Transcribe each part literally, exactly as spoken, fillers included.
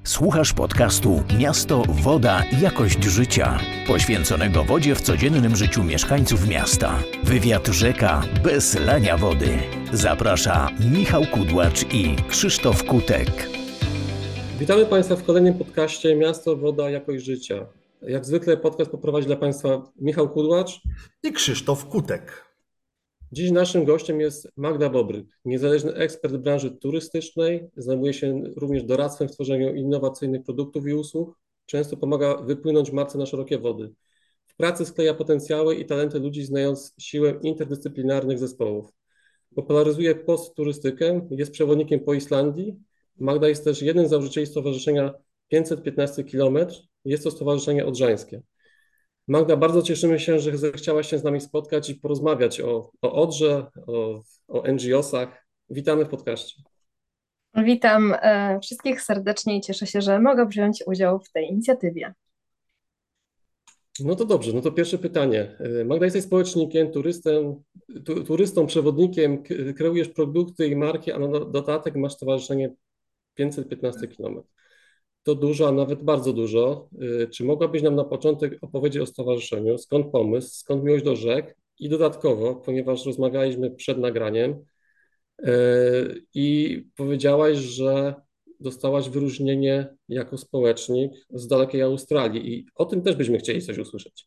Słuchasz podcastu Miasto, Woda, Jakość Życia, poświęconego wodzie w codziennym życiu mieszkańców miasta. Wywiad rzeka bez lania wody. Zaprasza Michał Kudłacz i Krzysztof Kutek. Witamy Państwa w kolejnym podcaście Miasto, Woda, Jakość Życia. Jak zwykle podcast poprowadzi dla Państwa Michał Kudłacz i Krzysztof Kutek. Dziś naszym gościem jest Magda Bobryk, niezależny ekspert branży turystycznej, zajmuje się również doradztwem w tworzeniu innowacyjnych produktów i usług, często pomaga wypłynąć marce na szerokie wody. W pracy skleja potencjały i talenty ludzi, znając siłę interdyscyplinarnych zespołów. Popularyzuje postturystykę, jest przewodnikiem po Islandii. Magda jest też jednym z założycieli Stowarzyszenia pięćset piętnaście kilometrów, jest to Stowarzyszenie Odrzańskie. Magda, bardzo cieszymy się, że zechciałaś się z nami spotkać i porozmawiać o, o Odrze, o, o en dżi osach. Witamy w podcaście. Witam e, wszystkich serdecznie i cieszę się, że mogę wziąć udział w tej inicjatywie. No to dobrze, no to pierwsze pytanie. Magda, jesteś społecznikiem, turystą, tu, turystą, przewodnikiem, kreujesz produkty i marki, a na dodatek masz Stowarzyszenie pięćset piętnaście kilometrów. To dużo, a nawet bardzo dużo. Czy mogłabyś nam na początek opowiedzieć o stowarzyszeniu? Skąd pomysł, skąd miłość do rzek? I dodatkowo, ponieważ rozmawialiśmy przed nagraniem i powiedziałaś, że dostałaś wyróżnienie jako społecznik z dalekiej Australii i o tym też byśmy chcieli coś usłyszeć.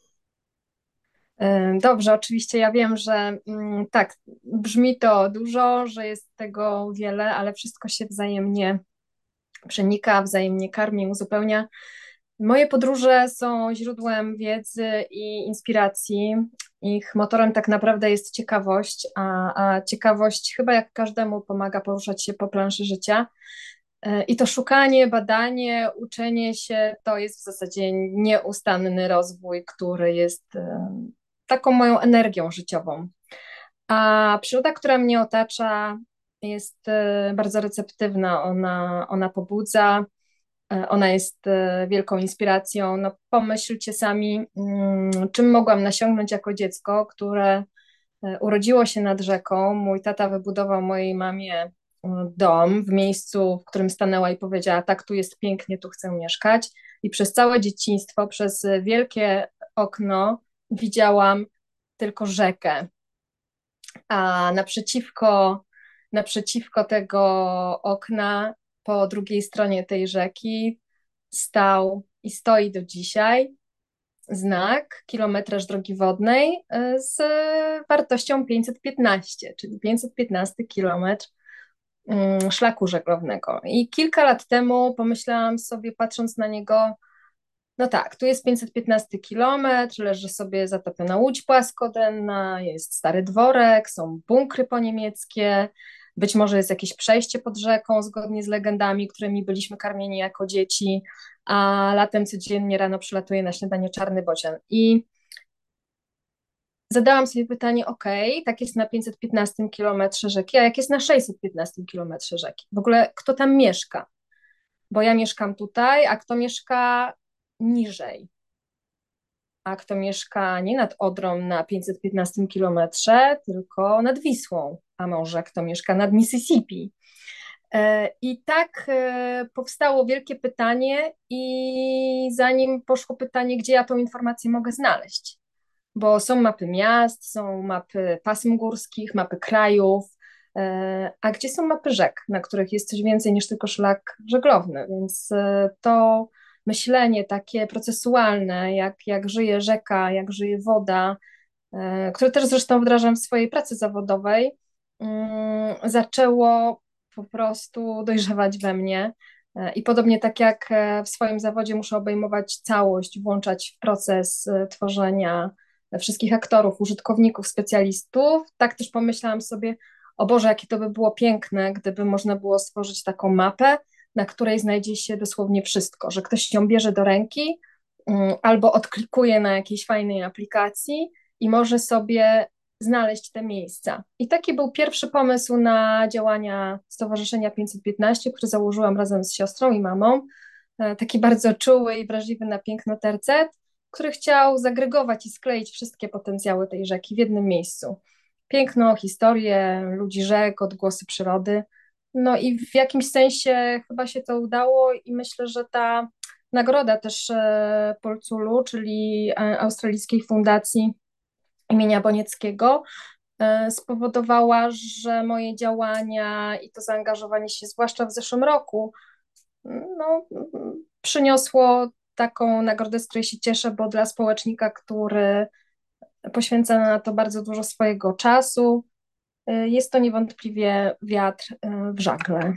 Dobrze, oczywiście ja wiem, że mm, tak, brzmi to dużo, że jest tego wiele, ale wszystko się wzajemnie przenika, wzajemnie karmi, uzupełnia. Moje podróże są źródłem wiedzy i inspiracji. Ich motorem tak naprawdę jest ciekawość, a, a ciekawość chyba jak każdemu pomaga poruszać się po planszy życia. I to szukanie, badanie, uczenie się to jest w zasadzie nieustanny rozwój, który jest taką moją energią życiową. A przyroda, która mnie otacza, jest bardzo receptywna, ona, ona pobudza, ona jest wielką inspiracją. No, pomyślcie sami, czym mogłam nasiągnąć jako dziecko, które urodziło się nad rzeką. Mój tata wybudował mojej mamie dom w miejscu, w którym stanęła i powiedziała: tak, tu jest pięknie, tu chcę mieszkać. I przez całe dzieciństwo, przez wielkie okno widziałam tylko rzekę. A naprzeciwko, naprzeciwko tego okna, po drugiej stronie tej rzeki, stał i stoi do dzisiaj znak, kilometraż drogi wodnej z wartością pięćset piętnaście, czyli pięćset piętnaście kilometr szlaku żeglownego. I kilka lat temu pomyślałam sobie, patrząc na niego, no tak, tu jest pięćset piętnaście kilometrów, leży sobie zatopiona łódź płaskodenna, jest stary dworek, są bunkry poniemieckie, być może jest jakieś przejście pod rzeką zgodnie z legendami, którymi byliśmy karmieni jako dzieci, a latem codziennie rano przylatuje na śniadanie czarny bocian. I zadałam sobie pytanie, ok, tak jest na pięćset piętnaście kilometrze rzeki, a jak jest na sześćset piętnaście kilometrze rzeki? W ogóle kto tam mieszka? Bo ja mieszkam tutaj, a kto mieszka niżej? A kto mieszka nie nad Odrą na pięćset piętnaście kilometrze, tylko nad Wisłą, a może kto mieszka nad Mississippi? I tak powstało wielkie pytanie i za nim poszło pytanie, gdzie ja tą informację mogę znaleźć, bo są mapy miast, są mapy pasm górskich, mapy krajów, a gdzie są mapy rzek, na których jest coś więcej niż tylko szlak żeglowny, więc to myślenie takie procesualne, jak, jak żyje rzeka, jak żyje woda, które też zresztą wdrażam w swojej pracy zawodowej, zaczęło po prostu dojrzewać we mnie. I podobnie tak jak w swoim zawodzie muszę obejmować całość, włączać w proces tworzenia wszystkich aktorów, użytkowników, specjalistów, tak też pomyślałam sobie, o Boże, jakie to by było piękne, gdyby można było stworzyć taką mapę, na której znajdzie się dosłownie wszystko, że ktoś ją bierze do ręki albo odklikuje na jakiejś fajnej aplikacji i może sobie znaleźć te miejsca. I taki był pierwszy pomysł na działania Stowarzyszenia pięćset piętnaście, który założyłam razem z siostrą i mamą. Taki bardzo czuły i wrażliwy na piękno tercet, który chciał zagregować i skleić wszystkie potencjały tej rzeki w jednym miejscu. Piękno, historię ludzi rzek, odgłosy przyrody. No i w jakimś sensie chyba się to udało i myślę, że ta nagroda też e, Polculu, czyli e, Australijskiej Fundacji imienia Bonieckiego, e, spowodowała, że moje działania i to zaangażowanie się, zwłaszcza w zeszłym roku, no, przyniosło taką nagrodę, z której się cieszę, bo dla społecznika, który poświęca na to bardzo dużo swojego czasu, e, jest to niewątpliwie wiatr e, w żagle.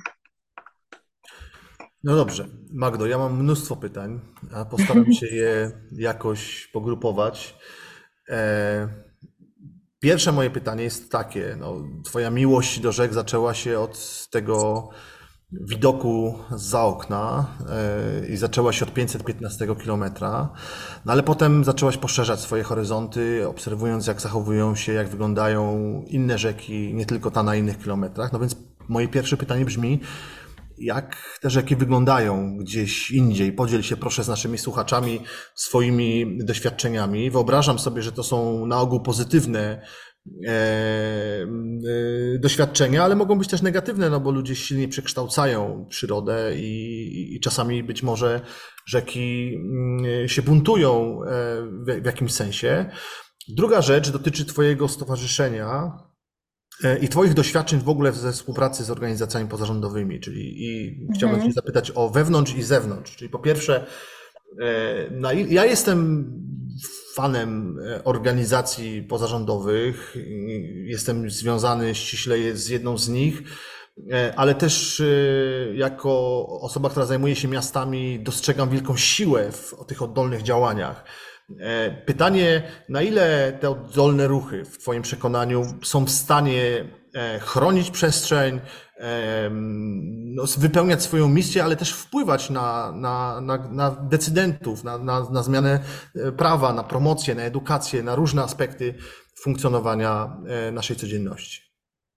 No dobrze, Magdo, ja mam mnóstwo pytań, a postaram się je jakoś pogrupować. E, Pierwsze moje pytanie jest takie, no, twoja miłość do rzek zaczęła się od tego widoku za okna e, i zaczęła się od pięćset piętnastego kilometra, no ale potem zaczęłaś poszerzać swoje horyzonty, obserwując jak zachowują się, jak wyglądają inne rzeki, nie tylko ta na innych kilometrach. No więc moje pierwsze pytanie brzmi, jak te rzeki wyglądają gdzieś indziej? Podziel się proszę z naszymi słuchaczami swoimi doświadczeniami. Wyobrażam sobie, że to są na ogół pozytywne e, e, doświadczenia, ale mogą być też negatywne, no bo ludzie silnie przekształcają przyrodę i, i czasami być może rzeki mm, się buntują e, w, w jakimś sensie. Druga rzecz dotyczy Twojego stowarzyszenia i Twoich doświadczeń w ogóle ze współpracy z organizacjami pozarządowymi, czyli i chciałbym Cię Mhm. zapytać o wewnątrz i zewnątrz. Czyli po pierwsze, e, na il- ja jestem fanem e, organizacji pozarządowych, i jestem związany ściśle z jedną z nich, e, ale też e, jako osoba, która zajmuje się miastami, dostrzegam wielką siłę w tych oddolnych działaniach. E, Pytanie, na ile te oddolne ruchy w Twoim przekonaniu są w stanie e, chronić przestrzeń, e, no, wypełniać swoją misję, ale też wpływać na, na, na, na decydentów, na, na, na zmianę e, prawa, na promocję, na edukację, na różne aspekty funkcjonowania e, naszej codzienności.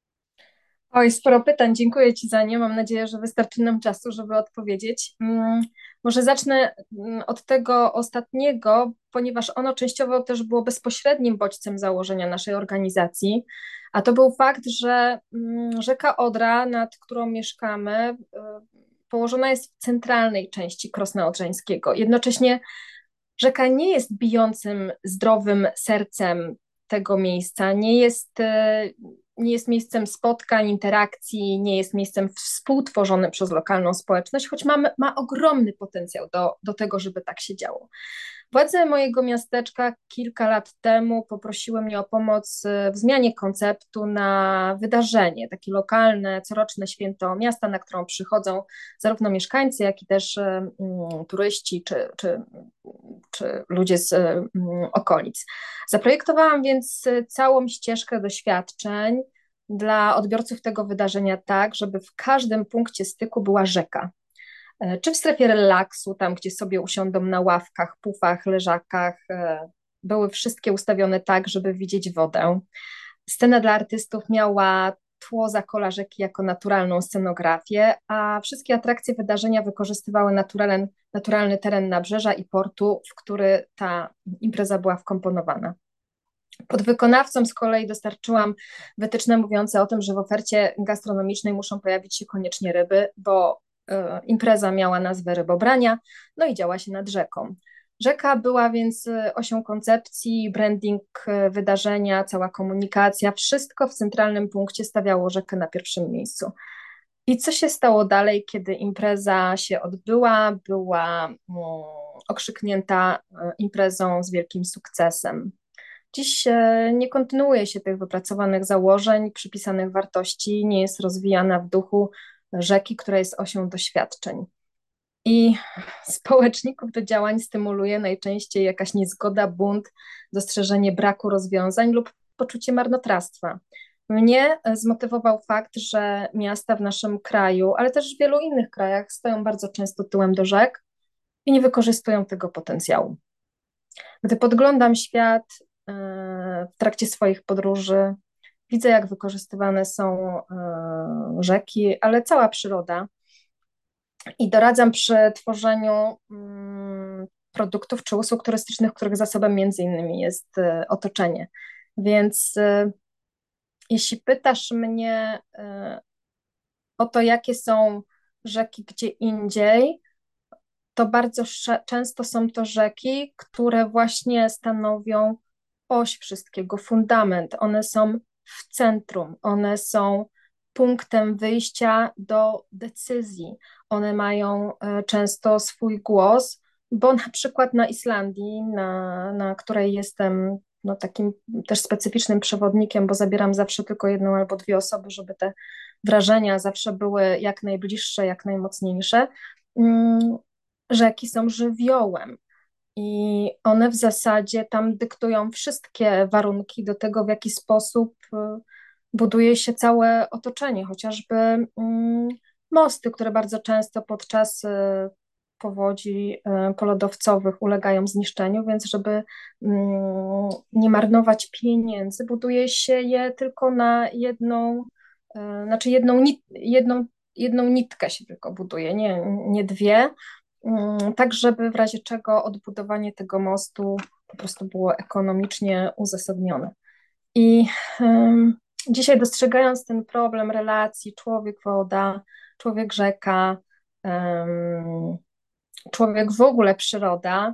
Oj, sporo pytań. Dziękuję Ci za nie. Mam nadzieję, że wystarczy nam czasu, żeby odpowiedzieć. Mm, Może zacznę mm, od tego ostatniego, ponieważ ono częściowo też było bezpośrednim bodźcem założenia naszej organizacji, a to był fakt, że mm, rzeka Odra, nad którą mieszkamy, y, położona jest w centralnej części Krosna Odrzańskiego. Jednocześnie rzeka nie jest bijącym, zdrowym sercem tego miejsca, nie jest, e, nie jest miejscem spotkań, interakcji, nie jest miejscem współtworzonym przez lokalną społeczność, choć ma, ma ogromny potencjał do, do tego, żeby tak się działo. Władze mojego miasteczka kilka lat temu poprosiły mnie o pomoc w zmianie konceptu na wydarzenie, takie lokalne, coroczne święto miasta, na którą przychodzą zarówno mieszkańcy, jak i też mm, turyści czy, czy, czy ludzie z mm, okolic. Zaprojektowałam więc całą ścieżkę doświadczeń dla odbiorców tego wydarzenia tak, żeby w każdym punkcie styku była rzeka. Czy w strefie relaksu, tam gdzie sobie usiądą na ławkach, pufach, leżakach, były wszystkie ustawione tak, żeby widzieć wodę. Scena dla artystów miała tło za kola rzeki jako naturalną scenografię, a wszystkie atrakcje wydarzenia wykorzystywały naturalny, naturalny teren nabrzeża i portu, w który ta impreza była wkomponowana. Podwykonawcom z kolei dostarczyłam wytyczne mówiące o tym, że w ofercie gastronomicznej muszą pojawić się koniecznie ryby, bo e, impreza miała nazwę rybobrania, no i działa się nad rzeką. Rzeka była więc e, osią koncepcji, branding e, wydarzenia, cała komunikacja, wszystko w centralnym punkcie stawiało rzekę na pierwszym miejscu. I co się stało dalej, kiedy impreza się odbyła, była mm, okrzyknięta e, imprezą z wielkim sukcesem. Dziś e, nie kontynuuje się tych wypracowanych założeń, przypisanych wartości, nie jest rozwijana w duchu rzeki, która jest osią doświadczeń. I społeczników do działań stymuluje najczęściej jakaś niezgoda, bunt, dostrzeżenie braku rozwiązań lub poczucie marnotrawstwa. Mnie e, zmotywował fakt, że miasta w naszym kraju, ale też w wielu innych krajach stoją bardzo często tyłem do rzek i nie wykorzystują tego potencjału. Gdy podglądam świat e, w trakcie swoich podróży, widzę, jak wykorzystywane są e, rzeki, ale cała przyroda. I doradzam przy tworzeniu mm, produktów czy usług turystycznych, których zasobem między innymi jest e, otoczenie. Więc e, jeśli pytasz mnie, e, o to, jakie są rzeki gdzie indziej, to bardzo często są to rzeki, które właśnie stanowią oś wszystkiego, fundament. One są w centrum, one są punktem wyjścia do decyzji. One mają często swój głos, bo na przykład na Islandii, na, na której jestem no, takim też specyficznym przewodnikiem, bo zabieram zawsze tylko jedną albo dwie osoby, żeby te wrażenia zawsze były jak najbliższe, jak najmocniejsze. Rzeki są żywiołem i one w zasadzie tam dyktują wszystkie warunki do tego, w jaki sposób buduje się całe otoczenie, chociażby mosty, które bardzo często podczas powodzi polodowcowych ulegają zniszczeniu, więc żeby nie marnować pieniędzy, buduje się je tylko na jedną, znaczy jedną, jedną, jedną nitkę się tylko buduje, nie, nie dwie, tak żeby w razie czego odbudowanie tego mostu po prostu było ekonomicznie uzasadnione. I um, dzisiaj dostrzegając ten problem relacji człowiek-woda, człowiek-rzeka, um, człowiek w ogóle przyroda,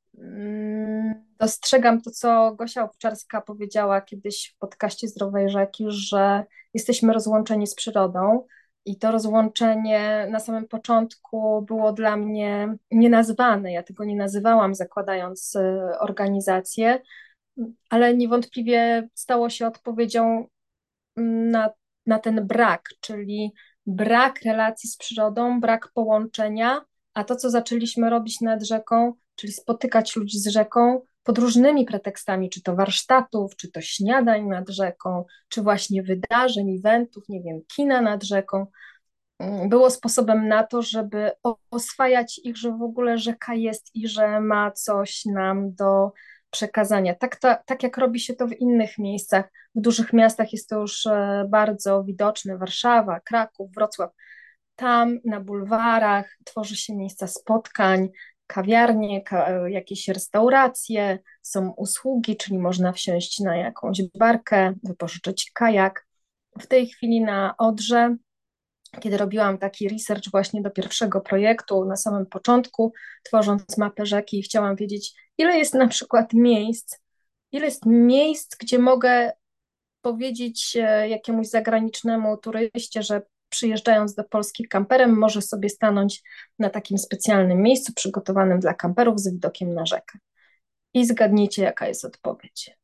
um, dostrzegam to, co Gosia Owczarska powiedziała kiedyś w podcaście Zdrowej Rzeki, że jesteśmy rozłączeni z przyrodą. I to rozłączenie na samym początku było dla mnie nienazwane. Ja tego nie nazywałam, zakładając organizację, ale niewątpliwie stało się odpowiedzią na, na ten brak, czyli brak relacji z przyrodą, brak połączenia, a to, co zaczęliśmy robić nad rzeką, czyli spotykać ludzi z rzeką pod różnymi pretekstami, czy to warsztatów, czy to śniadań nad rzeką, czy właśnie wydarzeń, eventów, nie wiem, kina nad rzeką, było sposobem na to, żeby oswajać ich, że w ogóle rzeka jest i że ma coś nam do przekazania. Tak, to, tak jak robi się to w innych miejscach. W dużych miastach jest to już bardzo widoczne. Warszawa, Kraków, Wrocław. Tam na bulwarach tworzy się miejsca spotkań, kawiarnie, ka jakieś restauracje, są usługi, czyli można wsiąść na jakąś barkę, wypożyczyć kajak. W tej chwili na Odrze, kiedy robiłam taki research właśnie do pierwszego projektu na samym początku, tworząc mapę rzeki, chciałam wiedzieć, ile jest na przykład miejsc, ile jest miejsc, gdzie mogę powiedzieć jakiemuś zagranicznemu turyście, że przyjeżdżając do Polski kamperem może sobie stanąć na takim specjalnym miejscu przygotowanym dla kamperów z widokiem na rzekę. I zgadnijcie, jaka jest odpowiedź.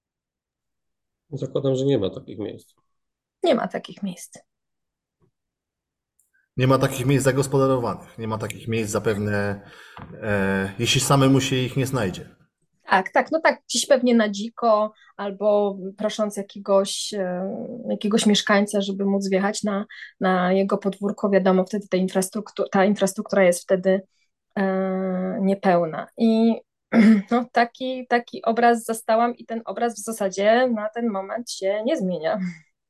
Zakładam, że nie ma takich miejsc. Nie ma takich miejsc. Nie ma takich miejsc zagospodarowanych, nie ma takich miejsc zapewne, e, jeśli samemu się ich nie znajdzie. Tak, tak, no tak, gdzieś pewnie na dziko, albo prosząc jakiegoś, jakiegoś mieszkańca, żeby móc wjechać na, na jego podwórko, wiadomo, wtedy ta infrastruktura, ta infrastruktura jest wtedy e, niepełna. I no, taki, taki obraz zastałam i ten obraz w zasadzie na ten moment się nie zmienia.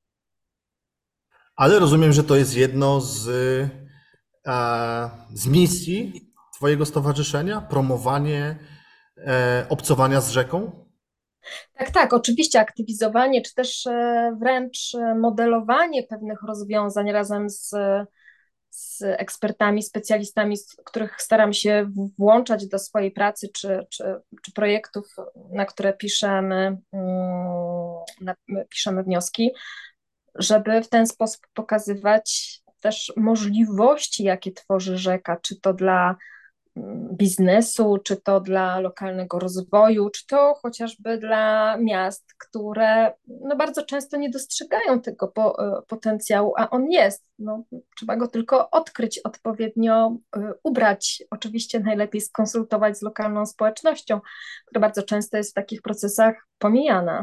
Ale rozumiem, że to jest jedno z, e, z misji Twojego stowarzyszenia, promowanie e, obcowania z rzeką? Tak, tak, oczywiście aktywizowanie, czy też wręcz modelowanie pewnych rozwiązań razem z, z ekspertami, specjalistami, których staram się włączać do swojej pracy, czy, czy, czy projektów, na które piszemy, na, piszemy wnioski, żeby w ten sposób pokazywać też możliwości, jakie tworzy rzeka, czy to dla biznesu, czy to dla lokalnego rozwoju, czy to chociażby dla miast, które no bardzo często nie dostrzegają tego po, potencjału, a on jest. No, trzeba go tylko odkryć, odpowiednio ubrać. Oczywiście najlepiej skonsultować z lokalną społecznością, która bardzo często jest w takich procesach pomijana.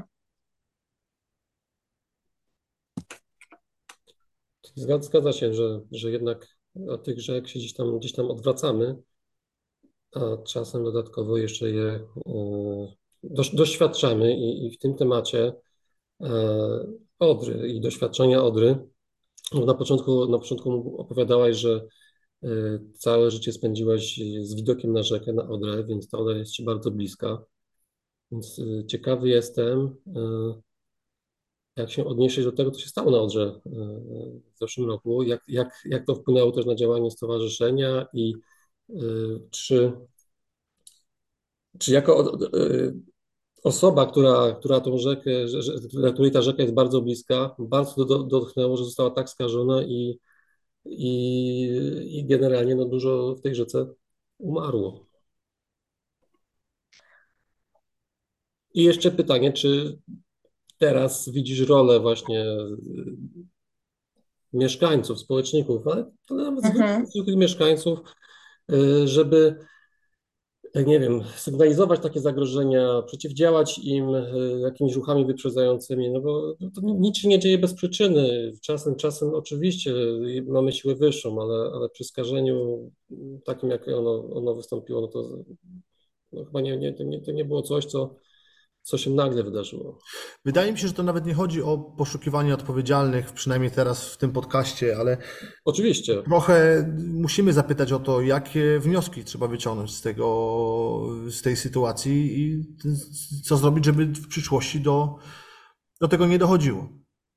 Zgadza się, że, że jednak od tych rzek się gdzieś tam, gdzieś tam odwracamy, a czasem dodatkowo jeszcze je doświadczamy i, i w tym temacie Odry i doświadczenia Odry. Na początku, na początku opowiadałaś, że całe życie spędziłaś z widokiem na rzekę, na Odrę, więc ta Odra jest Ci bardzo bliska. Więc ciekawy jestem, jak się odniesiesz do tego, co się stało na Odrze e, w zeszłym roku, jak, jak, jak to wpłynęło też na działanie stowarzyszenia i e, czy, czy jako o- e, osoba, która, która tą rzekę, że, że, dla której ta rzeka jest bardzo bliska, bardzo do, dotknęło, że została tak skażona i, i, i generalnie no, dużo w tej rzece umarło. I jeszcze pytanie, czy teraz widzisz rolę właśnie mieszkańców, społeczników, ale to nawet zwykłych, Mhm. zwykłych mieszkańców, y, żeby, y, nie wiem, sygnalizować takie zagrożenia, przeciwdziałać im y, jakimiś ruchami wyprzedzającymi, no bo to nic się nie dzieje bez przyczyny. Czasem, czasem oczywiście y, mamy siłę wyższą, ale, ale przy skażeniu y, takim, jak ono, ono wystąpiło, no to no chyba nie, nie, to nie, to nie było coś, co, co się nagle wydarzyło. Wydaje mi się, że to nawet nie chodzi o poszukiwanie odpowiedzialnych, przynajmniej teraz w tym podcaście, ale Oczywiście. trochę musimy zapytać o to, jakie wnioski trzeba wyciągnąć z tego, z tej sytuacji i co zrobić, żeby w przyszłości do, do tego nie dochodziło.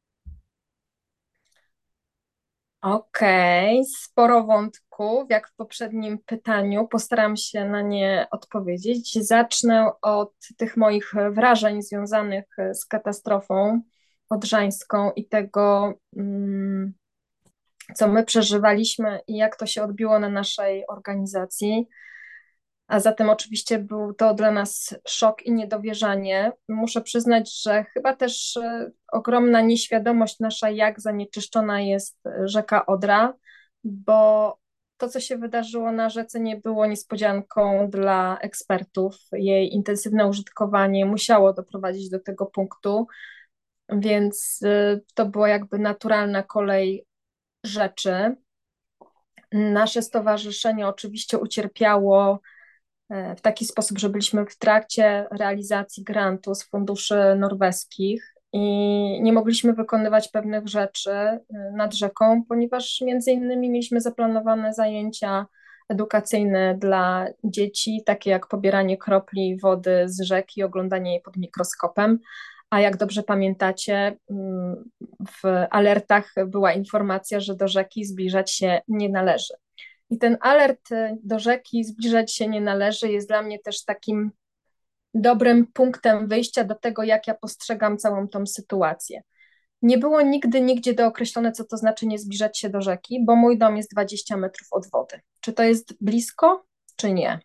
Okej, sporo wątków, jak w poprzednim pytaniu. Postaram się na nie odpowiedzieć. Zacznę od tych moich wrażeń związanych z katastrofą odrzańską i tego, mm, co my przeżywaliśmy i jak to się odbiło na naszej organizacji. A zatem oczywiście był to dla nas szok i niedowierzanie. Muszę przyznać, że chyba też e, ogromna nieświadomość nasza, jak zanieczyszczona jest rzeka Odra, bo to, co się wydarzyło na rzece, nie było niespodzianką dla ekspertów. Jej intensywne użytkowanie musiało doprowadzić do tego punktu, więc e, to była jakby naturalna kolej rzeczy. Nasze stowarzyszenie oczywiście ucierpiało w taki sposób, że byliśmy w trakcie realizacji grantu z funduszy norweskich i nie mogliśmy wykonywać pewnych rzeczy nad rzeką, ponieważ między innymi mieliśmy zaplanowane zajęcia edukacyjne dla dzieci, takie jak pobieranie kropli wody z rzeki, oglądanie jej pod mikroskopem. A jak dobrze pamiętacie, w alertach była informacja, że do rzeki zbliżać się nie należy. I ten alert do rzeki zbliżać się nie należy jest dla mnie też takim dobrym punktem wyjścia do tego, jak ja postrzegam całą tą sytuację. Nie było nigdy nigdzie dookreślone, co to znaczy nie zbliżać się do rzeki, bo mój dom jest dwadzieścia metrów od wody. Czy to jest blisko, czy nie?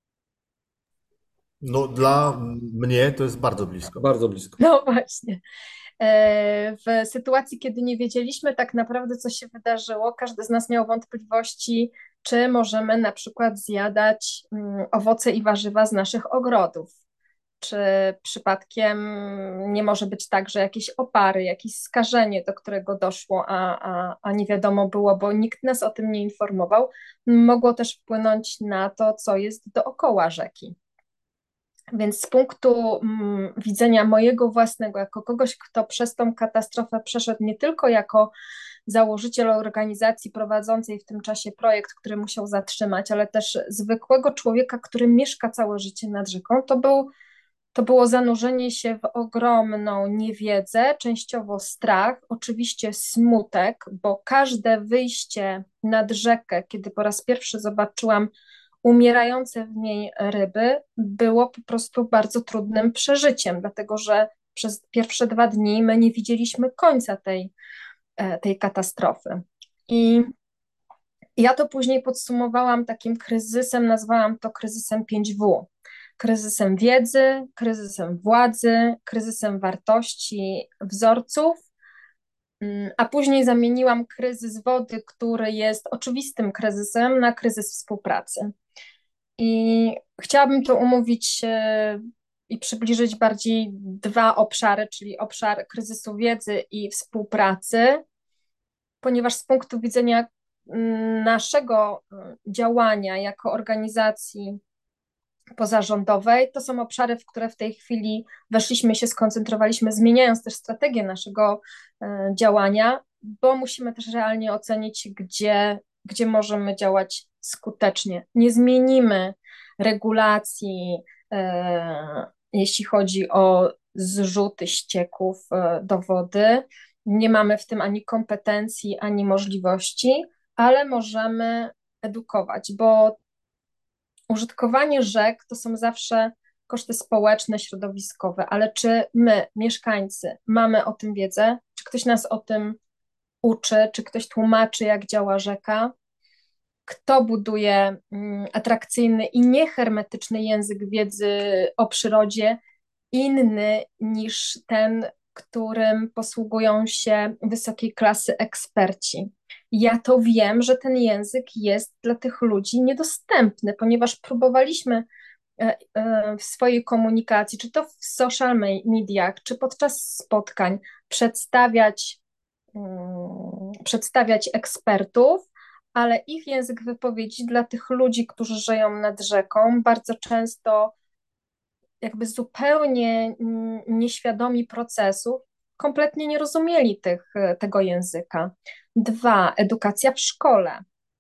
No, dla mnie to jest bardzo blisko. Bardzo blisko. No właśnie. E, W sytuacji, kiedy nie wiedzieliśmy tak naprawdę, co się wydarzyło, każdy z nas miał wątpliwości, czy możemy na przykład zjadać mm, owoce i warzywa z naszych ogrodów. Czy przypadkiem nie może być tak, że jakieś opary, jakieś skażenie, do którego doszło, a, a, a nie wiadomo było, bo nikt nas o tym nie informował, mogło też wpłynąć na to, co jest dookoła rzeki. Więc z punktu mm, widzenia mojego własnego, jako kogoś, kto przez tą katastrofę przeszedł nie tylko jako założyciel organizacji prowadzącej w tym czasie projekt, który musiał zatrzymać, ale też zwykłego człowieka, który mieszka całe życie nad rzeką, to był, to było zanurzenie się w ogromną niewiedzę, częściowo strach, oczywiście smutek, bo każde wyjście nad rzekę, kiedy po raz pierwszy zobaczyłam umierające w niej ryby, było po prostu bardzo trudnym przeżyciem, dlatego że przez pierwsze dwa dni my nie widzieliśmy końca tej, e, tej katastrofy. I ja to później podsumowałam takim kryzysem, nazwałam to kryzysem pięć W. Kryzysem wiedzy, kryzysem władzy, kryzysem wartości, wzorców, mm, a później zamieniłam kryzys wody, który jest oczywistym kryzysem, na kryzys współpracy. I chciałabym to umówić e, i przybliżyć bardziej dwa obszary, czyli obszar kryzysu wiedzy i współpracy, ponieważ z punktu widzenia mm, naszego e, działania jako organizacji pozarządowej, to są obszary, w które w tej chwili weszliśmy się, skoncentrowaliśmy, zmieniając też strategię naszego e, działania, bo musimy też realnie ocenić, gdzie, gdzie możemy działać skutecznie. Nie zmienimy regulacji, e, jeśli chodzi o zrzuty ścieków e, do wody. Nie mamy w tym ani kompetencji, ani możliwości, ale możemy edukować, bo użytkowanie rzek to są zawsze koszty społeczne, środowiskowe, ale czy my, mieszkańcy, mamy o tym wiedzę? Czy ktoś nas o tym uczy? Czy ktoś tłumaczy, jak działa rzeka? Kto buduje mm, atrakcyjny i niehermetyczny język wiedzy o przyrodzie, inny niż ten, którym posługują się wysokiej klasy eksperci? Ja to wiem, że ten język jest dla tych ludzi niedostępny, ponieważ próbowaliśmy e, e, w swojej komunikacji, czy to w social mediach, czy podczas spotkań, przedstawiać, mm, przedstawiać ekspertów, ale ich język wypowiedzi dla tych ludzi, którzy żyją nad rzeką, bardzo często jakby zupełnie mm, nieświadomi procesów, kompletnie nie rozumieli tych, tego języka. Dwa, edukacja w szkole.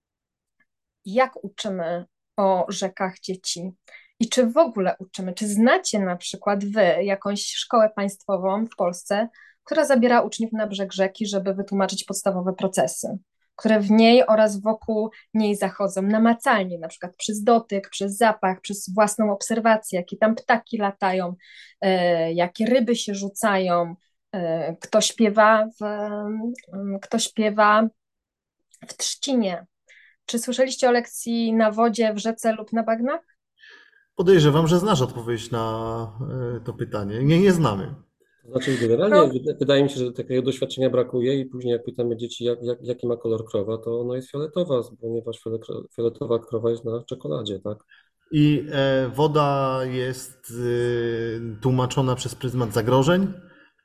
Jak uczymy o rzekach dzieci? I czy w ogóle uczymy? Czy znacie na przykład wy jakąś szkołę państwową w Polsce, która zabiera uczniów na brzeg rzeki, żeby wytłumaczyć podstawowe procesy, które w niej oraz wokół niej zachodzą namacalnie, na przykład przez dotyk, przez zapach, przez własną obserwację, jakie tam ptaki latają, e, jakie ryby się rzucają, e, kto śpiewa w, e, kto śpiewa w trzcinie. Czy słyszeliście o lekcji na wodzie, w rzece lub na bagnach? Podejrzewam, że znasz odpowiedź na e, to pytanie. Nie, nie znamy. To znaczy, generalnie No, wyda- wydaje mi się, że takiego doświadczenia brakuje i później jak pytamy dzieci, jak, jak, jaki ma kolor krowa, to ona jest fioletowa, ponieważ fiole- fioletowa krowa jest na czekoladzie, tak? I e, woda jest e, tłumaczona przez pryzmat zagrożeń,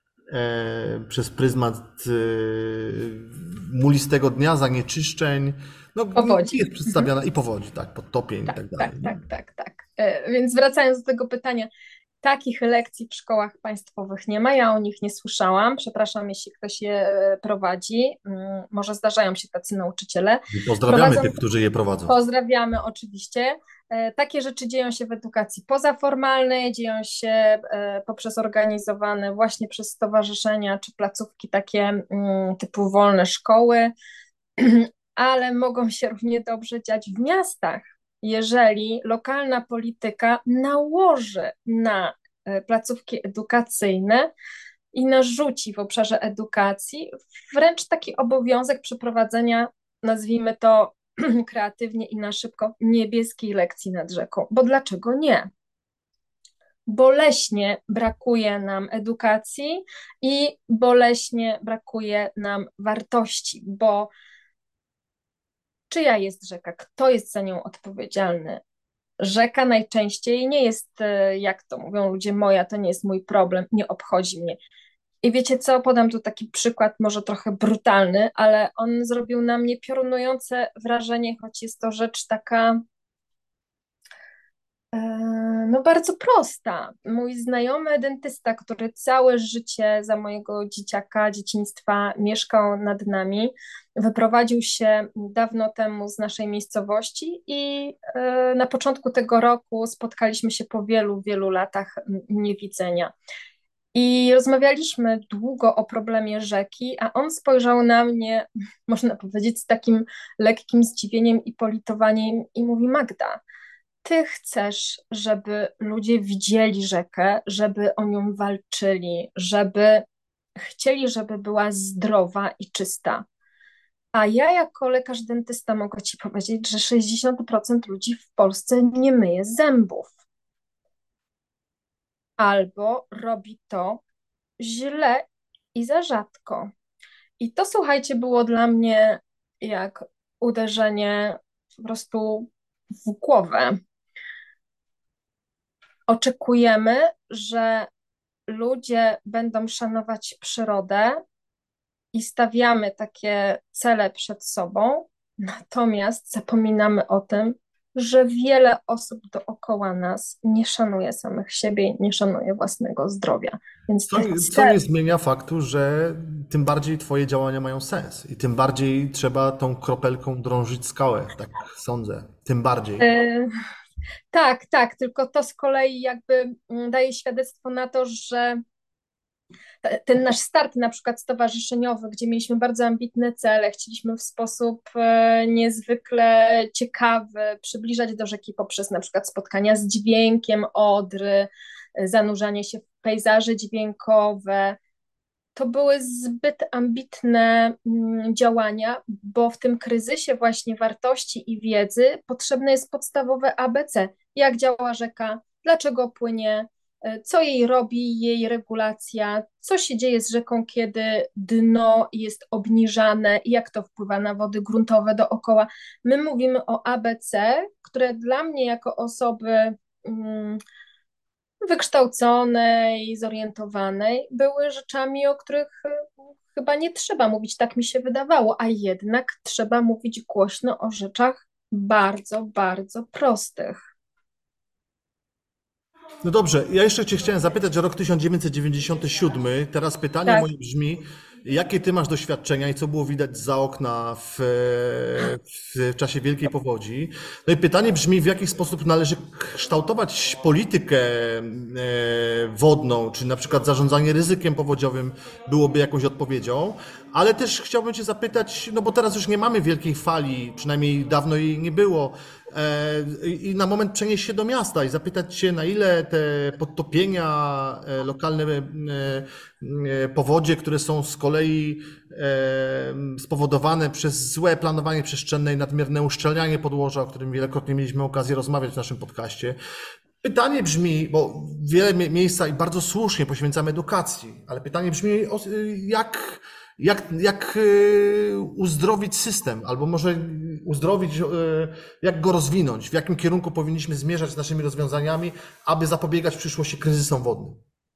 e, przez pryzmat e, mulistego dnia, zanieczyszczeń. No, powodzi. jest przedstawiana i powodzi, tak, podtopień i Tak, tak tak, dalej. tak, tak, tak. E, Więc wracając do tego pytania, takich lekcji w szkołach państwowych nie ma, ja o nich nie słyszałam. Przepraszam, jeśli ktoś je e, prowadzi. Mm, Może zdarzają się tacy nauczyciele. I pozdrawiamy Prowadzą, tych, którzy je prowadzą. pozdrawiamy oczywiście. E, Takie rzeczy dzieją się w edukacji pozaformalnej, dzieją się e, poprzez organizowane właśnie przez stowarzyszenia czy placówki takie mm, typu wolne szkoły, ale mogą się równie dobrze dziać w miastach, jeżeli lokalna polityka nałoży na e, placówki edukacyjne i narzuci w obszarze edukacji wręcz taki obowiązek przeprowadzenia, nazwijmy to kreatywnie i na szybko, niebieskiej lekcji nad rzeką. Bo dlaczego nie? Boleśnie brakuje nam edukacji i boleśnie brakuje nam wartości, bo czyja jest rzeka? Kto jest za nią odpowiedzialny? Rzeka najczęściej nie jest, e, jak to mówią ludzie, moja, to nie jest mój problem, nie obchodzi mnie. I wiecie co, podam tu taki przykład, może trochę brutalny, ale on zrobił na mnie piorunujące wrażenie, choć jest to rzecz taka, e, no bardzo prosta. Mój znajomy dentysta, który całe życie za mojego dzieciaka, dzieciństwa mieszkał nad nami, wyprowadził się dawno temu z naszej miejscowości i e, na początku tego roku spotkaliśmy się po wielu, wielu latach niewidzenia. I rozmawialiśmy długo o problemie rzeki, a on spojrzał na mnie, można powiedzieć, z takim lekkim zdziwieniem i politowaniem i mówi: Magda, ty chcesz, żeby ludzie widzieli rzekę, żeby o nią walczyli, żeby chcieli, żeby była zdrowa i czysta. A ja jako lekarz dentysta mogę ci powiedzieć, że sześćdziesiąt procent ludzi w Polsce nie myje zębów. Albo robi to źle i za rzadko. I to, słuchajcie, było dla mnie jak uderzenie po prostu w głowę. Oczekujemy, że ludzie będą szanować przyrodę i stawiamy takie cele przed sobą, natomiast zapominamy o tym, że wiele osób dookoła nas nie szanuje samych siebie, nie szanuje własnego zdrowia. Więc Co, te co nie cele, zmienia faktu, że tym bardziej twoje działania mają sens i tym bardziej trzeba tą kropelką drążyć skałę, tak sądzę. Tym bardziej. y, tak, tak, tylko to z kolei jakby mm, daje świadectwo na to, że ten nasz start na przykład stowarzyszeniowy, gdzie mieliśmy bardzo ambitne cele, chcieliśmy w sposób e, niezwykle ciekawy przybliżać do rzeki poprzez na przykład spotkania z dźwiękiem Odry, e, zanurzanie się w pejzaże dźwiękowe. To były zbyt ambitne mm, działania, bo w tym kryzysie właśnie wartości i wiedzy potrzebne jest podstawowe A B C. Jak działa rzeka, dlaczego płynie, e, co jej robi, jej regulacja, co się dzieje z rzeką, kiedy dno jest obniżane i jak to wpływa na wody gruntowe dookoła. My mówimy o A B C, które dla mnie jako osoby mm, wykształconej, zorientowanej, były rzeczami, o których y, chyba nie trzeba mówić, tak mi się wydawało, a jednak trzeba mówić głośno o rzeczach bardzo, bardzo prostych. No dobrze, ja jeszcze Cię chciałem zapytać o rok tysiąc dziewięćset dziewięćdziesiąty siódmy. Teraz pytanie Tak. moje brzmi, jakie Ty masz doświadczenia i co było widać za okna w, w czasie Wielkiej Powodzi? No i pytanie brzmi, w jaki sposób należy kształtować politykę e, wodną, czy na przykład zarządzanie ryzykiem powodziowym byłoby jakąś odpowiedzią, ale też chciałbym Cię zapytać, no bo teraz już nie mamy wielkiej fali, przynajmniej dawno jej nie było, e, i na moment przenieść się do miasta i zapytać Cię, na ile te podtopienia, e, lokalne e, e, powodzie, które są z kolei e, spowodowane przez złe planowanie przestrzenne i nadmierne uszczelnianie podłoża, o którym wielokrotnie mieliśmy okazję rozmawiać w naszym podcaście. Pytanie brzmi, bo wiele mie- miejsca i bardzo słusznie poświęcamy edukacji, ale pytanie brzmi, o- jak, jak, jak e, uzdrowić system, albo może uzdrowić, e, jak go rozwinąć, w jakim kierunku powinniśmy zmierzać z naszymi rozwiązaniami, aby zapobiegać w przyszłości kryzysom wodnym.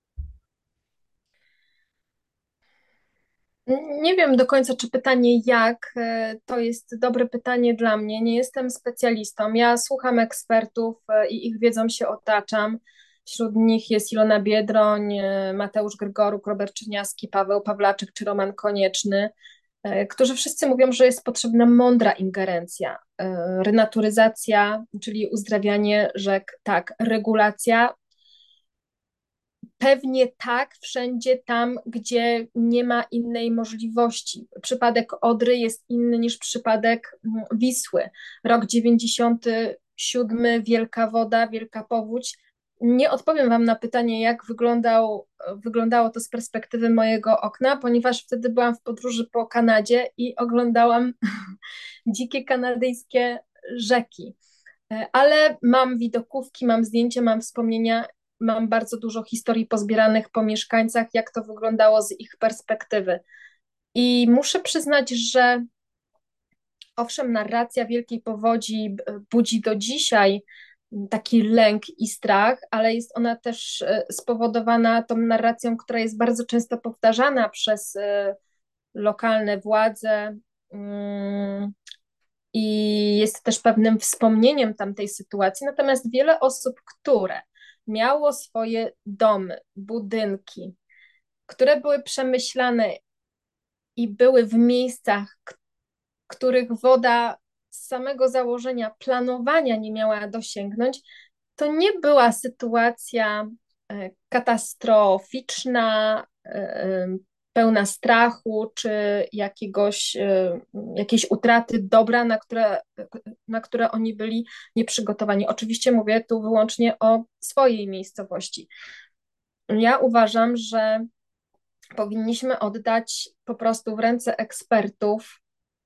Nie wiem do końca, czy pytanie jak, e, to jest dobre pytanie dla mnie. Nie jestem specjalistą. Ja słucham ekspertów e, i ich wiedzą się otaczam. Wśród nich jest Ilona Biedroń, e, Mateusz Grygoruk, Robert Czerniawski, Paweł Pawlaczek czy Roman Konieczny, e, którzy wszyscy mówią, że jest potrzebna mądra ingerencja. E, Renaturyzacja, czyli uzdrawianie rzek, tak, regulacja. Pewnie tak, wszędzie tam, gdzie nie ma innej możliwości. Przypadek Odry jest inny niż przypadek mm, Wisły. Rok dziewięćdziesiąty siódmy, wielka woda, wielka powódź. Nie odpowiem Wam na pytanie, jak wyglądał, wyglądało to z perspektywy mojego okna, ponieważ wtedy byłam w podróży po Kanadzie i oglądałam dzikie kanadyjskie rzeki. E, Ale mam widokówki, mam zdjęcia, mam wspomnienia, mam bardzo dużo historii pozbieranych po mieszkańcach, jak to wyglądało z ich perspektywy. I muszę przyznać, że owszem, narracja Wielkiej Powodzi b- budzi do dzisiaj taki lęk i strach, ale jest ona też e, spowodowana tą narracją, która jest bardzo często powtarzana przez e, lokalne władze. mm, I jest też pewnym wspomnieniem tamtej sytuacji. Natomiast wiele osób, które miało swoje domy, budynki, które były przemyślane i były w miejscach, k- których woda z samego założenia planowania nie miała dosięgnąć, to nie była sytuacja e, katastroficzna, e, e, pełna strachu czy jakiegoś, e, jakiejś utraty dobra, na które, na które oni byli nieprzygotowani. Oczywiście mówię tu wyłącznie o swojej miejscowości. Ja uważam, że powinniśmy oddać po prostu w ręce ekspertów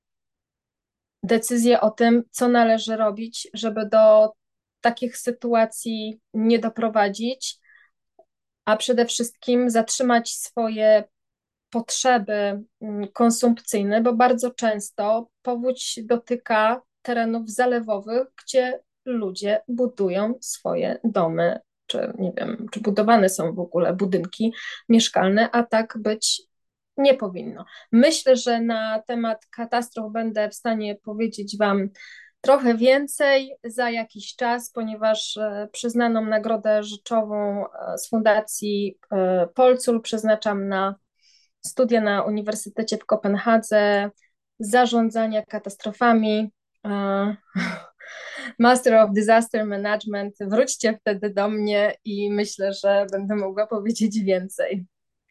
decyzję o tym, co należy robić, żeby do takich sytuacji nie doprowadzić, a przede wszystkim zatrzymać swoje potrzeby mm, konsumpcyjne, bo bardzo często powódź dotyka terenów zalewowych, gdzie ludzie budują swoje domy, czy nie wiem, czy budowane są w ogóle budynki mieszkalne, a tak być nie powinno. Myślę, że na temat katastrof będę w stanie powiedzieć Wam trochę więcej za jakiś czas, ponieważ e, przyznaną nagrodę rzeczową e, z Fundacji e, Polcul przeznaczam na studia na Uniwersytecie w Kopenhadze, zarządzania katastrofami, e, Master of Disaster Management. Wróćcie wtedy do mnie i myślę, że będę mogła powiedzieć więcej.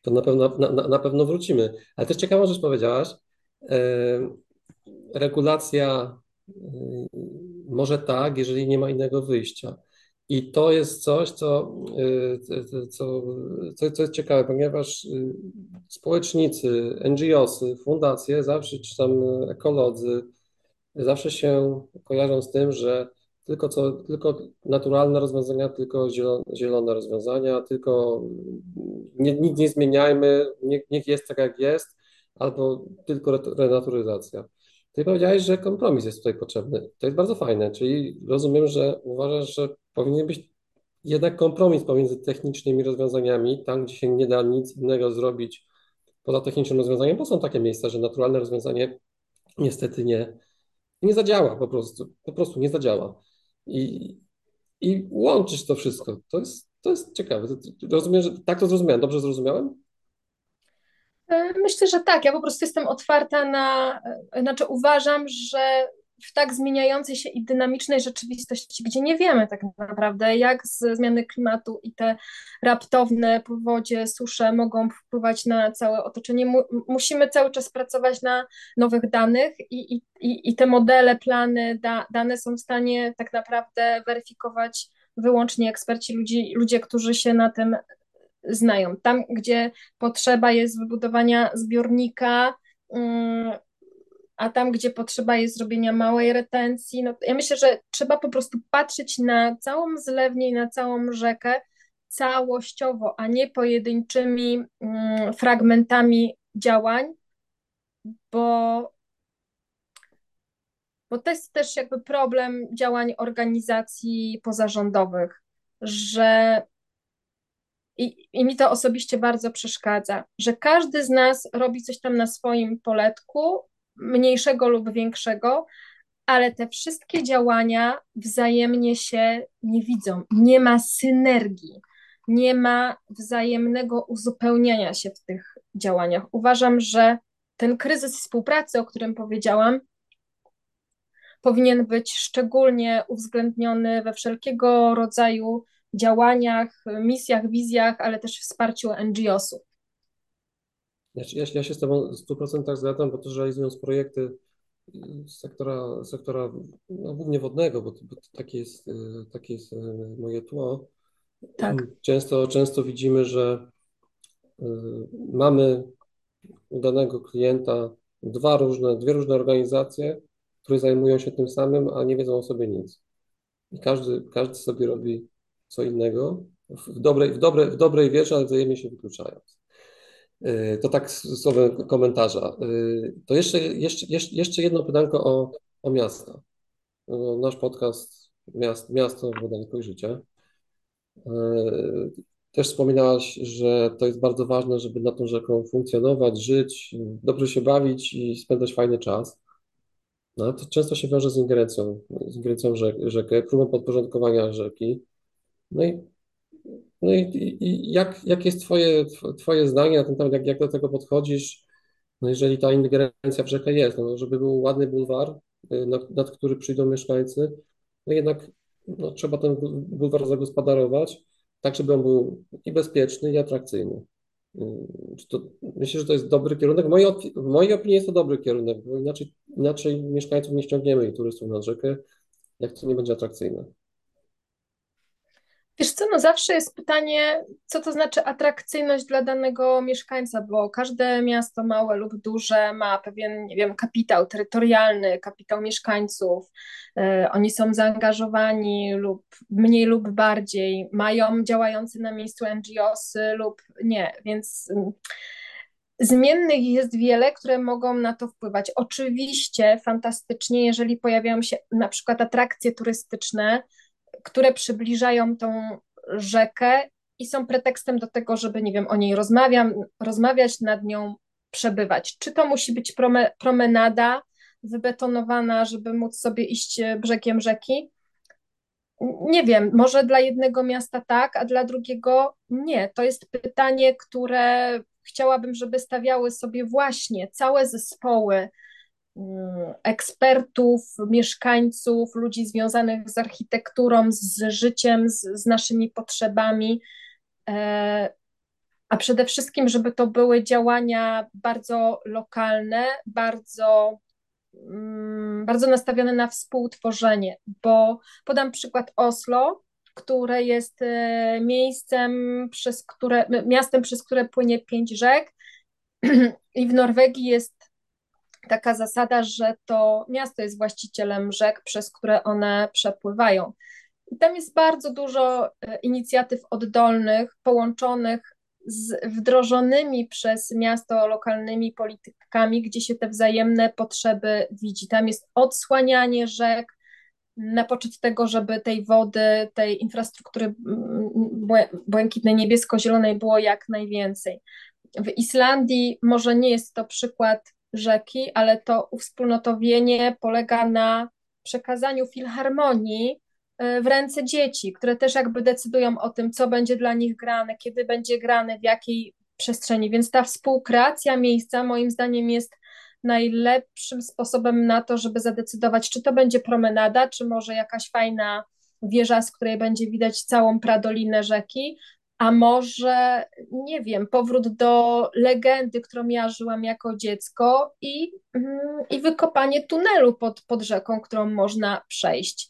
to na pewno, na, na na pewno wrócimy. Ale też ciekawą rzecz powiedziałaś, e, regulacja y, może tak, jeżeli nie ma innego wyjścia. I to jest coś, co, y, co, co, co co jest ciekawe, ponieważ y, społecznicy, N G O sy, fundacje, zawsze, czy tam ekolodzy, zawsze się kojarzą z tym, że tylko, co, tylko naturalne rozwiązania, tylko zielone, zielone rozwiązania, tylko nie, nic nie zmieniajmy, niech, niech jest tak jak jest, albo tylko re- renaturyzacja. Ty powiedziałeś, że kompromis jest tutaj potrzebny. To jest bardzo fajne, czyli rozumiem, że uważasz, że powinien być jednak kompromis pomiędzy technicznymi rozwiązaniami, tam gdzie się nie da nic innego zrobić poza technicznym rozwiązaniem, bo są takie miejsca, że naturalne rozwiązanie niestety nie, nie zadziała po prostu, po prostu nie zadziała. I, i łączyć to wszystko, to jest, to jest ciekawe. Rozumiem, że tak to zrozumiałem, dobrze zrozumiałem? E, Myślę, że tak. Ja po prostu jestem otwarta na, e, znaczy uważam, że w tak zmieniającej się i dynamicznej rzeczywistości, gdzie nie wiemy tak naprawdę, jak z zmiany klimatu i te raptowne powodzie, susze mogą wpływać na całe otoczenie, mu, musimy cały czas pracować na nowych danych i, i, i i te modele, plany, da, dane są w stanie tak naprawdę weryfikować wyłącznie eksperci, ludzi, ludzie, którzy się na tym znają. Tam, gdzie potrzeba jest wybudowania zbiornika, mm, a tam, gdzie potrzeba jest zrobienia małej retencji, no to ja myślę, że trzeba po prostu patrzeć na całą zlewnię i na całą rzekę całościowo, a nie pojedynczymi mm, fragmentami działań, bo, bo to jest też jakby problem działań organizacji pozarządowych, że I, I mi to osobiście bardzo przeszkadza, że każdy z nas robi coś tam na swoim poletku, mniejszego lub większego, ale te wszystkie działania wzajemnie się nie widzą. Nie ma synergii, nie ma wzajemnego uzupełniania się w tych działaniach. Uważam, że ten kryzys współpracy, o którym powiedziałam, powinien być szczególnie uwzględniony we wszelkiego rodzaju działaniach, misjach, wizjach, ale też wsparciu N G O sów. Ja, się- ja, się- ja się z Tobą w stu procentach zgadzam, bo też realizując projekty y, sektora, sektora no, głównie wodnego, bo, to- bo to takie jest, y, takie jest y, moje tło. Tak. Często, często widzimy, że y, mamy u danego klienta dwa różne, dwie różne organizacje, które zajmują się tym samym, a nie wiedzą o sobie nic. I każdy, każdy sobie robi co innego, w dobrej, w dobrej, w dobrej wierze, ale wzajemnie się wykluczając. Yy, To tak słowem komentarza. Yy, To jeszcze, jeszcze, jeszcze jeszcze jedno pytanko o, o miasta. No, Nasz podcast Miast, Miasto, Woda, Jakość Życia. Yy, Też wspominałaś, że to jest bardzo ważne, żeby na tą rzeką funkcjonować, żyć, dobrze się bawić i spędzać fajny czas. No, ale to często się wiąże z ingerencją, z ingerencją rzek, rzekę, próbą podporządkowania rzeki. No i, no i, i i jak, jak jest twoje, tw- twoje zdanie na ten temat, jak, jak do tego podchodzisz, no jeżeli ta ingerencja w rzekę jest, no, żeby był ładny bulwar, y, nad, nad który przyjdą mieszkańcy, no jednak no, trzeba ten bu- bulwar zagospodarować, tak żeby on był i bezpieczny, i atrakcyjny. Y, Czy to, myślę, że to jest dobry kierunek. W mojej, opi- w mojej opinii jest to dobry kierunek, bo inaczej, inaczej mieszkańców nie ściągniemy i turystów nad rzekę, jak to nie będzie atrakcyjne. Wiesz co, no zawsze jest pytanie, co to znaczy atrakcyjność dla danego mieszkańca, bo każde miasto, małe lub duże, ma pewien, nie wiem, kapitał terytorialny, kapitał mieszkańców. E, oni są zaangażowani lub mniej lub bardziej, mają działające na miejscu N G O sy lub nie, więc mm, zmiennych jest wiele, które mogą na to wpływać. Oczywiście fantastycznie, jeżeli pojawiają się na przykład atrakcje turystyczne, które przybliżają tą rzekę i są pretekstem do tego, żeby, nie wiem, o niej rozmawiam, rozmawiać, nad nią przebywać. Czy to musi być prome, promenada wybetonowana, żeby móc sobie iść brzegiem rzeki? Nie wiem, może dla jednego miasta tak, a dla drugiego nie. To jest pytanie, które chciałabym, żeby stawiały sobie właśnie całe zespoły mm, ekspertów, mieszkańców, ludzi związanych z architekturą, z życiem, z, z naszymi potrzebami. E, a przede wszystkim, żeby to były działania bardzo lokalne, bardzo, mm, bardzo nastawione na współtworzenie, bo podam przykład Oslo, które jest e, miejscem, przez które, miastem, przez które płynie pięć rzek i w Norwegii jest taka zasada, że to miasto jest właścicielem rzek, przez które one przepływają. I tam jest bardzo dużo e, inicjatyw oddolnych, połączonych z wdrożonymi przez miasto lokalnymi politykami, gdzie się te wzajemne potrzeby widzi. Tam jest odsłanianie rzek na poczet tego, żeby tej wody, tej infrastruktury mm, błę- błękitnej, niebiesko-zielonej było jak najwięcej. W Islandii może nie jest to przykład rzeki, ale to uwspólnotowienie polega na przekazaniu filharmonii y, w ręce dzieci, które też jakby decydują o tym, co będzie dla nich grane, kiedy będzie grane, w jakiej przestrzeni. Więc ta współkreacja miejsca moim zdaniem jest najlepszym sposobem na to, żeby zadecydować, czy to będzie promenada, czy może jakaś fajna wieża, z której będzie widać całą pradolinę rzeki, a może, nie wiem, powrót do legendy, którą ja żyłam jako dziecko i, mm, i wykopanie tunelu pod, pod rzeką, którą można przejść.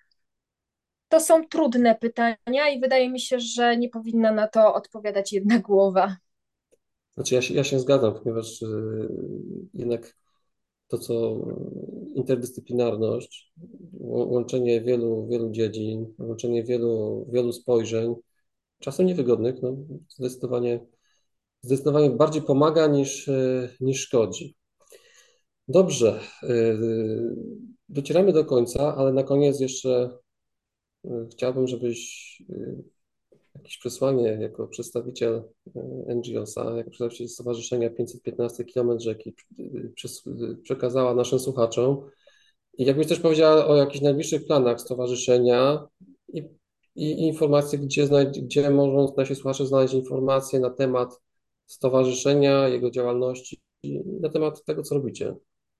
To są trudne pytania i wydaje mi się, że nie powinna na to odpowiadać jedna głowa. Znaczy ja się, ja się zgadzam, ponieważ y, jednak to, co interdyscyplinarność, ł- łączenie wielu, wielu dziedzin, łączenie wielu, wielu spojrzeń, czasem niewygodnych, no, zdecydowanie, zdecydowanie bardziej pomaga niż, y, niż szkodzi. Dobrze, y, docieramy do końca, ale na koniec jeszcze y, chciałbym, żebyś y, jakieś przesłanie jako przedstawiciel y, N G O S-a, jako przedstawiciel Stowarzyszenia pięćset piętnaście kilometrów rzeki y, przes- y, przekazała naszym słuchaczom i jakbyś też powiedziała o jakichś najbliższych planach stowarzyszenia i, i informacje, gdzie, znajd- gdzie mogą nasi słuchacze znaleźć informacje na temat stowarzyszenia, jego działalności i na temat tego, co robicie.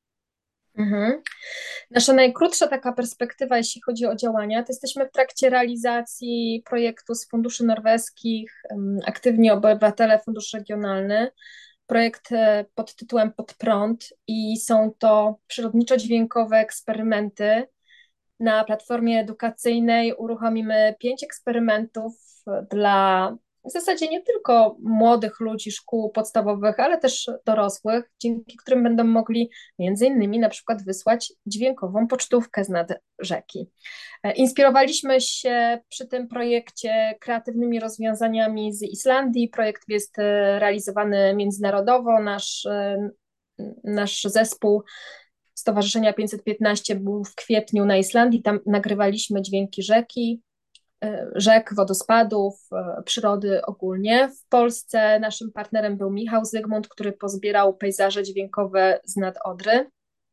Mhm. Nasza najkrótsza taka perspektywa, jeśli chodzi o działania, to jesteśmy w trakcie realizacji projektu z funduszy norweskich, em, Aktywni Obywatele, Fundusz Regionalny, projekt e, pod tytułem Pod prąd i są to przyrodniczo-dźwiękowe eksperymenty. Na platformie edukacyjnej uruchomimy pięć eksperymentów dla w zasadzie nie tylko młodych ludzi szkół podstawowych, ale też dorosłych, dzięki którym będą mogli między innymi na przykład wysłać dźwiękową pocztówkę z nad rzeki. E, Inspirowaliśmy się przy tym projekcie kreatywnymi rozwiązaniami z Islandii. Projekt jest e, realizowany międzynarodowo. Nasz, e, nasz zespół Stowarzyszenia pięćset piętnaście był w kwietniu na Islandii, tam nagrywaliśmy dźwięki rzeki, e, rzek, wodospadów, e, przyrody ogólnie. W Polsce naszym partnerem był Michał Zygmunt, który pozbierał pejzaże dźwiękowe z nad Odry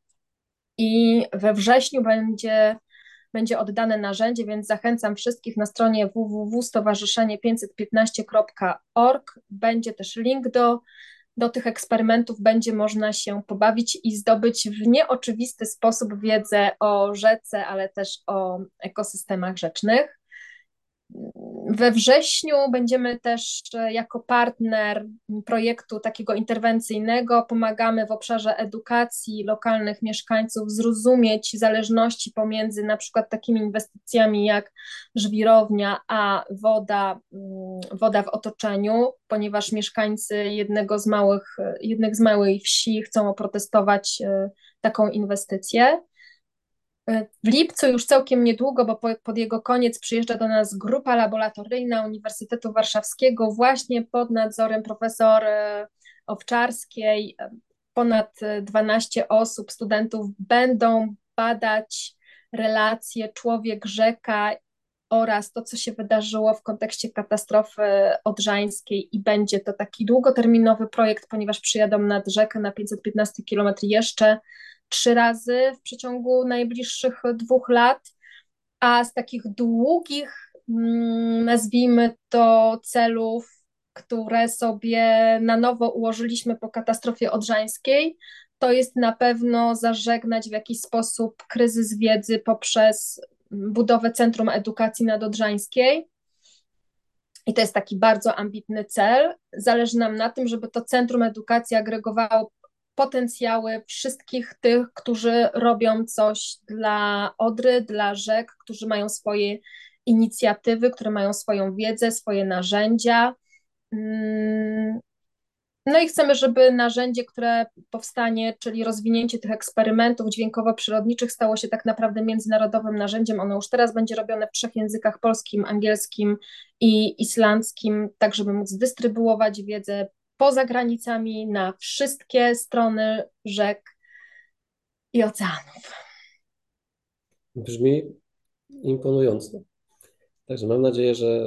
i we wrześniu będzie, będzie oddane narzędzie, więc zachęcam wszystkich na stronie w w w kropka stowarzyszenie pięćset piętnaście kropka org. Będzie też link do do tych eksperymentów, będzie można się pobawić i zdobyć w nieoczywisty sposób wiedzę o rzece, ale też o ekosystemach rzecznych. We wrześniu będziemy też e, jako partner projektu takiego interwencyjnego, pomagamy w obszarze edukacji lokalnych mieszkańców zrozumieć zależności pomiędzy na przykład takimi inwestycjami jak żwirownia, a woda, mm, woda w otoczeniu, ponieważ mieszkańcy jednego z małych, jednych z małej wsi chcą oprotestować e, taką inwestycję. W lipcu już całkiem niedługo, bo po- pod jego koniec przyjeżdża do nas grupa laboratoryjna Uniwersytetu Warszawskiego właśnie pod nadzorem profesor e, Owczarskiej. E, Ponad e, dwanaście osób, studentów będą badać relacje człowiek-rzeka oraz to, co się wydarzyło w kontekście katastrofy odrzańskiej i będzie to taki długoterminowy projekt, ponieważ przyjadą nad rzekę na pięćset piętnaście kilometrów jeszcze trzy razy w przeciągu najbliższych dwóch lat, a z takich długich, mm, nazwijmy to, celów, które sobie na nowo ułożyliśmy po katastrofie odrzańskiej, to jest na pewno zażegnać w jakiś sposób kryzys wiedzy poprzez budowę Centrum Edukacji Nadodrzańskiej. I to jest taki bardzo ambitny cel. Zależy nam na tym, żeby to Centrum Edukacji agregowało potencjały wszystkich tych, którzy robią coś dla Odry, dla rzek, którzy mają swoje inicjatywy, które mają swoją wiedzę, swoje narzędzia. No i chcemy, żeby narzędzie, które powstanie, czyli rozwinięcie tych eksperymentów dźwiękowo-przyrodniczych, stało się tak naprawdę międzynarodowym narzędziem. Ono już teraz będzie robione w trzech językach: polskim, angielskim i islandzkim, tak żeby móc dystrybuować wiedzę poza granicami, na wszystkie strony rzek i oceanów. Brzmi imponująco. Także mam nadzieję, że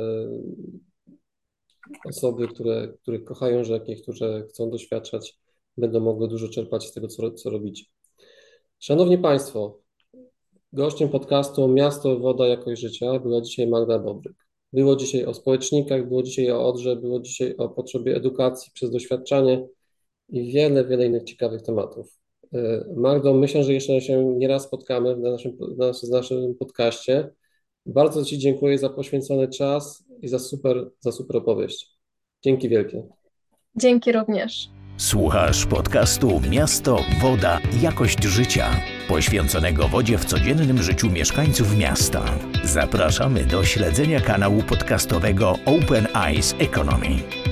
osoby, które, które kochają rzeki, które chcą doświadczać, będą mogły dużo czerpać z tego, co, co robicie. Szanowni Państwo, gościem podcastu Miasto, Woda, Jakość Życia była dzisiaj Magda Bobryk. Było dzisiaj o społecznikach, było dzisiaj o Odrze, było dzisiaj o potrzebie edukacji przez doświadczanie i wiele, wiele innych ciekawych tematów. Magdo, myślę, że jeszcze się nieraz spotkamy na naszym, na naszym podcaście. Bardzo Ci dziękuję za poświęcony czas i za super, za super opowieść. Dzięki wielkie. Dzięki również. Słuchasz podcastu Miasto, Woda, Jakość Życia, poświęconego wodzie w codziennym życiu mieszkańców miasta. Zapraszamy do śledzenia kanału podcastowego Open Eyes Economy.